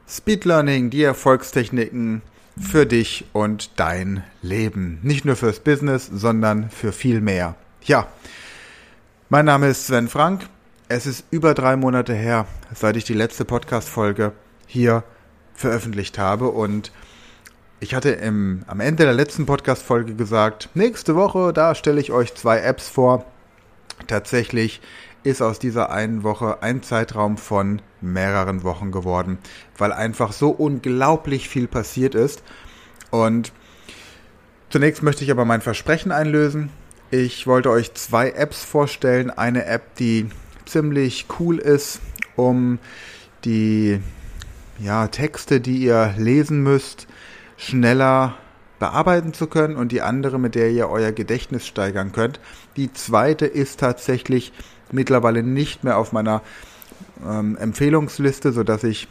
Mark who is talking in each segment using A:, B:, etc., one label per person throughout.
A: Speed Learning, die Erfolgstechniken für dich und dein Leben. Nicht nur fürs Business, sondern für viel mehr. Ja, mein Name ist Sven Frank. Es ist über 3 Monate her, seit ich die letzte Podcast-Folge hier veröffentlicht habe. Und ich hatte am Ende der letzten Podcast-Folge gesagt, nächste Woche, da stelle ich euch 2 Apps vor. Tatsächlich ist aus dieser einen Woche ein Zeitraum von mehreren Wochen geworden, weil einfach so unglaublich viel passiert ist. Und zunächst möchte ich aber mein Versprechen einlösen. Ich wollte euch 2 Apps vorstellen. Eine App, die ziemlich cool ist, um die Texte, die ihr lesen müsst, schneller bearbeiten zu können, und die andere, mit der ihr euer Gedächtnis steigern könnt. Die zweite ist tatsächlich mittlerweile nicht mehr auf meiner Empfehlungsliste, sodass ich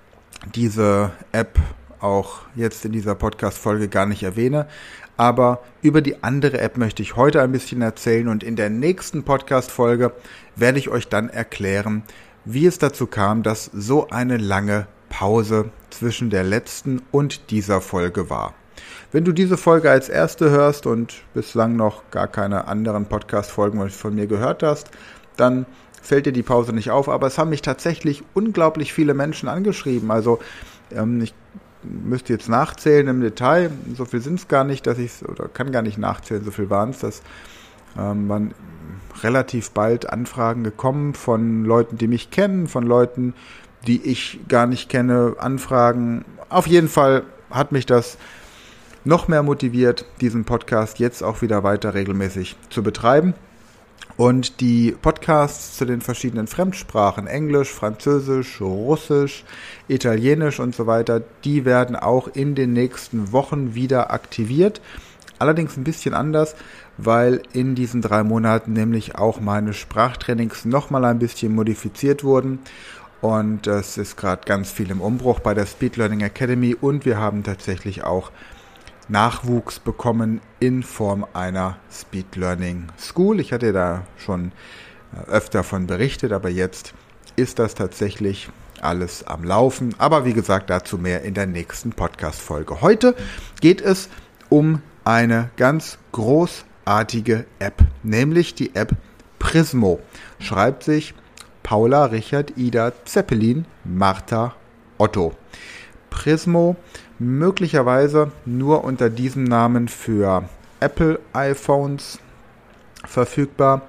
A: diese App auch jetzt in dieser Podcast-Folge gar nicht erwähne. Aber über die andere App möchte ich heute ein bisschen erzählen, und in der nächsten Podcast-Folge werde ich euch dann erklären, wie es dazu kam, dass so eine lange Pause zwischen der letzten und dieser Folge war. Wenn du diese Folge als erste hörst und bislang noch gar keine anderen Podcast-Folgen von mir gehört hast, dann fällt dir die Pause nicht auf, aber es haben mich tatsächlich unglaublich viele Menschen angeschrieben. Also ich müsste jetzt nachzählen im Detail, so viel sind es gar nicht, kann gar nicht nachzählen, so viel waren es, dass waren relativ bald Anfragen gekommen von Leuten, die mich kennen, von Leuten, die ich gar nicht kenne, Anfragen. Auf jeden Fall hat mich das noch mehr motiviert, diesen Podcast jetzt auch wieder weiter regelmäßig zu betreiben. Und die Podcasts zu den verschiedenen Fremdsprachen, Englisch, Französisch, Russisch, Italienisch und so weiter, die werden auch in den nächsten Wochen wieder aktiviert. Allerdings ein bisschen anders, weil in diesen 3 Monaten nämlich auch meine Sprachtrainings nochmal ein bisschen modifiziert wurden. Und es ist gerade ganz viel im Umbruch bei der Speed Learning Academy, und wir haben tatsächlich auch Nachwuchs bekommen in Form einer Speed Learning School. Ich hatte da schon öfter von berichtet, aber jetzt ist das tatsächlich alles am Laufen. Aber wie gesagt, dazu mehr in der nächsten Podcast-Folge. Heute geht es um eine ganz großartige App, nämlich die App Prismo. Schreibt sich Paula, Richard, Ida, Zeppelin, Martha, Otto. Prismo, möglicherweise nur unter diesem Namen für Apple iPhones verfügbar,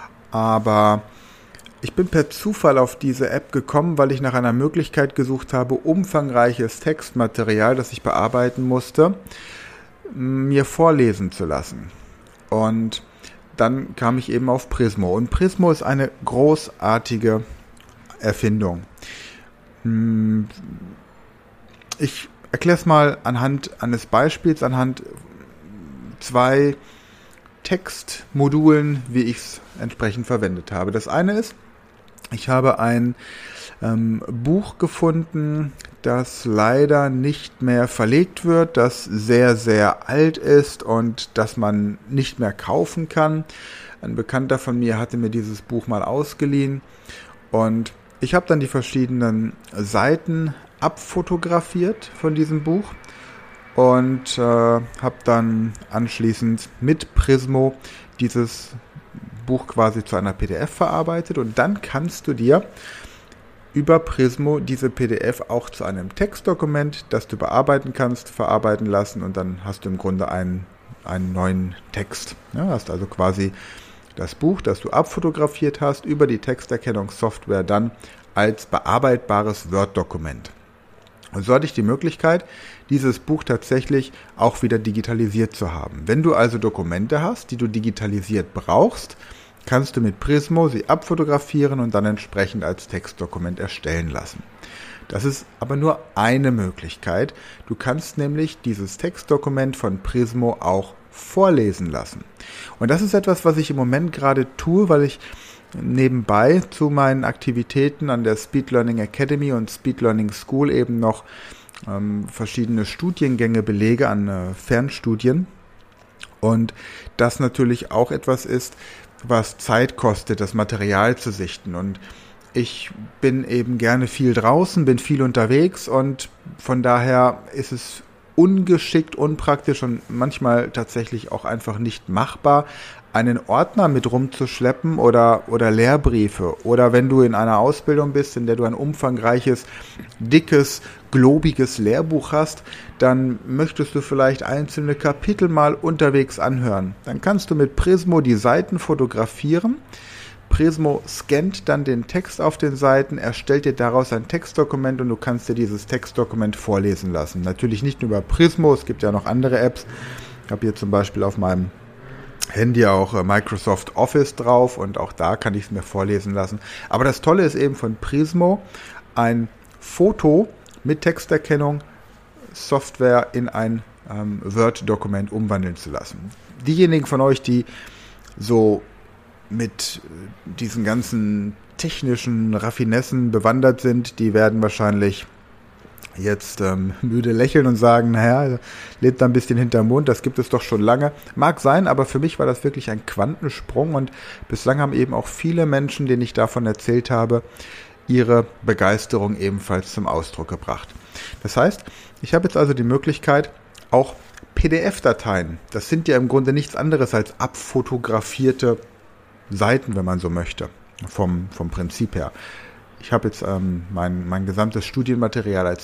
A: aber ich bin per Zufall auf diese App gekommen, weil ich nach einer Möglichkeit gesucht habe, umfangreiches Textmaterial, das ich bearbeiten musste, mir vorlesen zu lassen. Und dann kam ich eben auf Prismo, und Prismo ist eine großartige Erfindung. Ich erkläre es mal anhand eines Beispiels, anhand 2 Textmodulen, wie ich es entsprechend verwendet habe. Das eine ist, ich habe ein Buch gefunden, das leider nicht mehr verlegt wird, das sehr, sehr alt ist und das man nicht mehr kaufen kann. Ein Bekannter von mir hatte mir dieses Buch mal ausgeliehen, und ich habe dann die verschiedenen Seiten abfotografiert von diesem Buch und habe dann anschließend mit Prismo dieses Buch quasi zu einer PDF verarbeitet, und dann kannst du dir über Prismo diese PDF auch zu einem Textdokument, das du bearbeiten kannst, verarbeiten lassen, und dann hast du im Grunde einen neuen Text. Ja, hast also quasi das Buch, das du abfotografiert hast, über die Texterkennungssoftware dann als bearbeitbares Word-Dokument. Und so hatte ich die Möglichkeit, dieses Buch tatsächlich auch wieder digitalisiert zu haben. Wenn du also Dokumente hast, die du digitalisiert brauchst, kannst du mit Prismo sie abfotografieren und dann entsprechend als Textdokument erstellen lassen. Das ist aber nur eine Möglichkeit. Du kannst nämlich dieses Textdokument von Prismo auch vorlesen lassen. Und das ist etwas, was ich im Moment gerade tue, weil ich nebenbei zu meinen Aktivitäten an der Speed Learning Academy und Speed Learning School eben noch verschiedene Studiengänge belege an Fernstudien, und das natürlich auch etwas ist, was Zeit kostet, das Material zu sichten. Und ich bin eben gerne viel draußen, bin viel unterwegs und von daher ist es ungeschickt, unpraktisch und manchmal tatsächlich auch einfach nicht machbar, einen Ordner mit rumzuschleppen oder Lehrbriefe. Oder wenn du in einer Ausbildung bist, in der du ein umfangreiches, dickes, globiges Lehrbuch hast, dann möchtest du vielleicht einzelne Kapitel mal unterwegs anhören. Dann kannst du mit Prismo die Seiten fotografieren. Prismo scannt dann den Text auf den Seiten, erstellt dir daraus ein Textdokument und du kannst dir dieses Textdokument vorlesen lassen. Natürlich nicht nur über Prismo, es gibt ja noch andere Apps. Ich habe hier zum Beispiel auf meinem Handy auch Microsoft Office drauf und auch da kann ich es mir vorlesen lassen. Aber das Tolle ist eben von Prismo, ein Foto mit Texterkennung Software in ein Word-Dokument umwandeln zu lassen. Diejenigen von euch, die so mit diesen ganzen technischen Raffinessen bewandert sind, die werden wahrscheinlich jetzt müde lächeln und sagen, naja, lebt da ein bisschen hinterm Mond, das gibt es doch schon lange. Mag sein, aber für mich war das wirklich ein Quantensprung und bislang haben eben auch viele Menschen, denen ich davon erzählt habe, ihre Begeisterung ebenfalls zum Ausdruck gebracht. Das heißt, ich habe jetzt also die Möglichkeit, auch PDF-Dateien, das sind ja im Grunde nichts anderes als abfotografierte Seiten, wenn man so möchte, vom Prinzip her. Ich habe jetzt mein gesamtes Studienmaterial als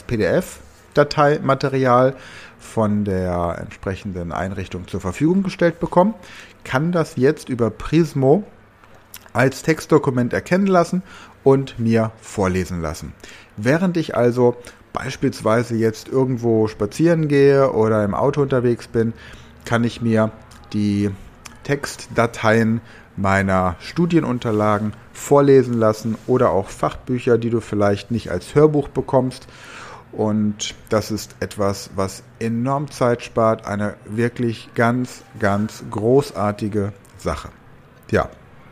A: PDF-Dateimaterial von der entsprechenden Einrichtung zur Verfügung gestellt bekommen, kann das jetzt über Prismo als Textdokument erkennen lassen und mir vorlesen lassen. Während ich also beispielsweise jetzt irgendwo spazieren gehe oder im Auto unterwegs bin, kann ich mir die Textdateien meiner Studienunterlagen vorlesen lassen oder auch Fachbücher, die du vielleicht nicht als Hörbuch bekommst. Und das ist etwas, was enorm Zeit spart. Eine wirklich ganz, ganz großartige Sache. Ja,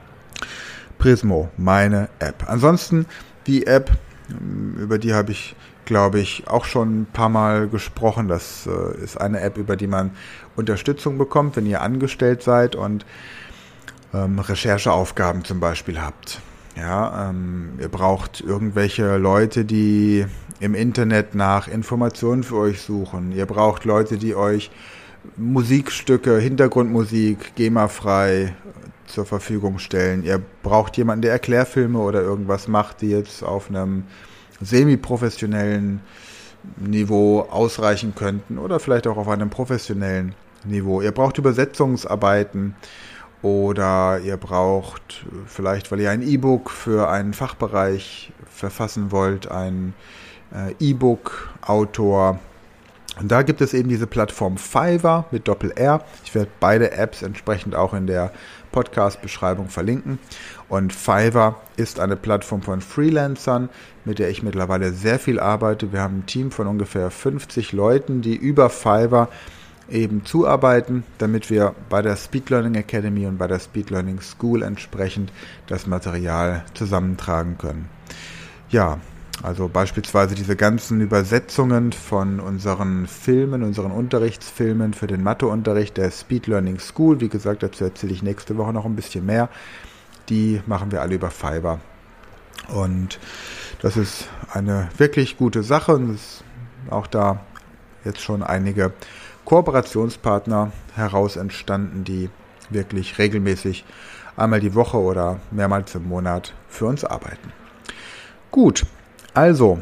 A: Prismo, meine App. Ansonsten die App, über die habe ich, glaube ich, auch schon ein paar Mal gesprochen. Das ist eine App, über die man Unterstützung bekommt, wenn ihr angestellt seid und Rechercheaufgaben zum Beispiel habt. Ja, ihr braucht irgendwelche Leute, die im Internet nach Informationen für euch suchen. Ihr braucht Leute, die euch Musikstücke, Hintergrundmusik, GEMA-frei zur Verfügung stellen. Ihr braucht jemanden, der Erklärfilme oder irgendwas macht, die jetzt auf einem semi-professionellen Niveau ausreichen könnten oder vielleicht auch auf einem professionellen Niveau. Ihr braucht Übersetzungsarbeiten. Oder ihr braucht vielleicht, weil ihr ein E-Book für einen Fachbereich verfassen wollt, einen E-Book-Autor. Und da gibt es eben diese Plattform Fiverr mit Doppel-R. Ich werde beide Apps entsprechend auch in der Podcast-Beschreibung verlinken. Und Fiverr ist eine Plattform von Freelancern, mit der ich mittlerweile sehr viel arbeite. Wir haben ein Team von ungefähr 50 Leuten, die über Fiverr eben zuarbeiten, damit wir bei der Speed Learning Academy und bei der Speed Learning School entsprechend das Material zusammentragen können. Ja, also beispielsweise diese ganzen Übersetzungen von unseren Filmen, unseren Unterrichtsfilmen für den Matheunterricht der Speed Learning School, wie gesagt, dazu erzähle ich nächste Woche noch ein bisschen mehr, die machen wir alle über Fiverr. Und das ist eine wirklich gute Sache und es ist auch da jetzt schon einige Kooperationspartner heraus entstanden, die wirklich regelmäßig einmal die Woche oder mehrmals im Monat für uns arbeiten. Gut, also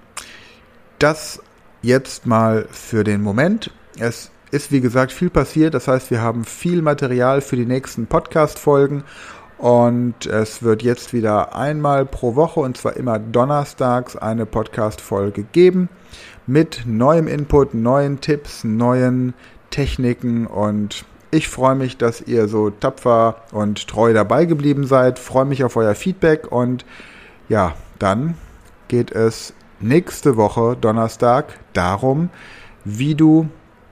A: das jetzt mal für den Moment. Es ist wie gesagt viel passiert, das heißt wir haben viel Material für die nächsten Podcast-Folgen und es wird jetzt wieder einmal pro Woche und zwar immer donnerstags eine Podcast-Folge geben. Mit neuem Input, neuen Tipps, neuen Techniken und ich freue mich, dass ihr so tapfer und treu dabei geblieben seid. Freue mich auf euer Feedback und ja, dann geht es nächste Woche Donnerstag darum, wie du,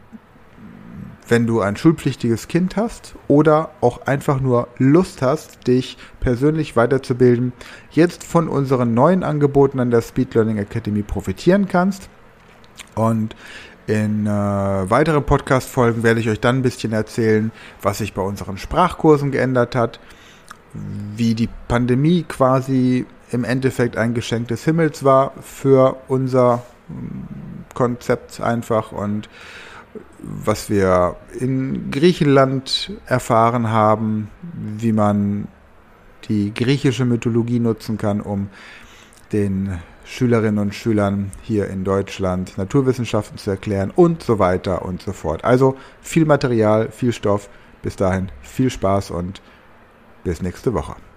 A: wenn du ein schulpflichtiges Kind hast oder auch einfach nur Lust hast, dich persönlich weiterzubilden, jetzt von unseren neuen Angeboten an der Speed Learning Academy profitieren kannst. Und in weiteren Podcast-Folgen werde ich euch dann ein bisschen erzählen, was sich bei unseren Sprachkursen geändert hat, wie die Pandemie quasi im Endeffekt ein Geschenk des Himmels war für unser Konzept einfach, und was wir in Griechenland erfahren haben, wie man die griechische Mythologie nutzen kann, um den Schülerinnen und Schülern hier in Deutschland Naturwissenschaften zu erklären und so weiter und so fort. Also viel Material, viel Stoff. Bis dahin viel Spaß und bis nächste Woche.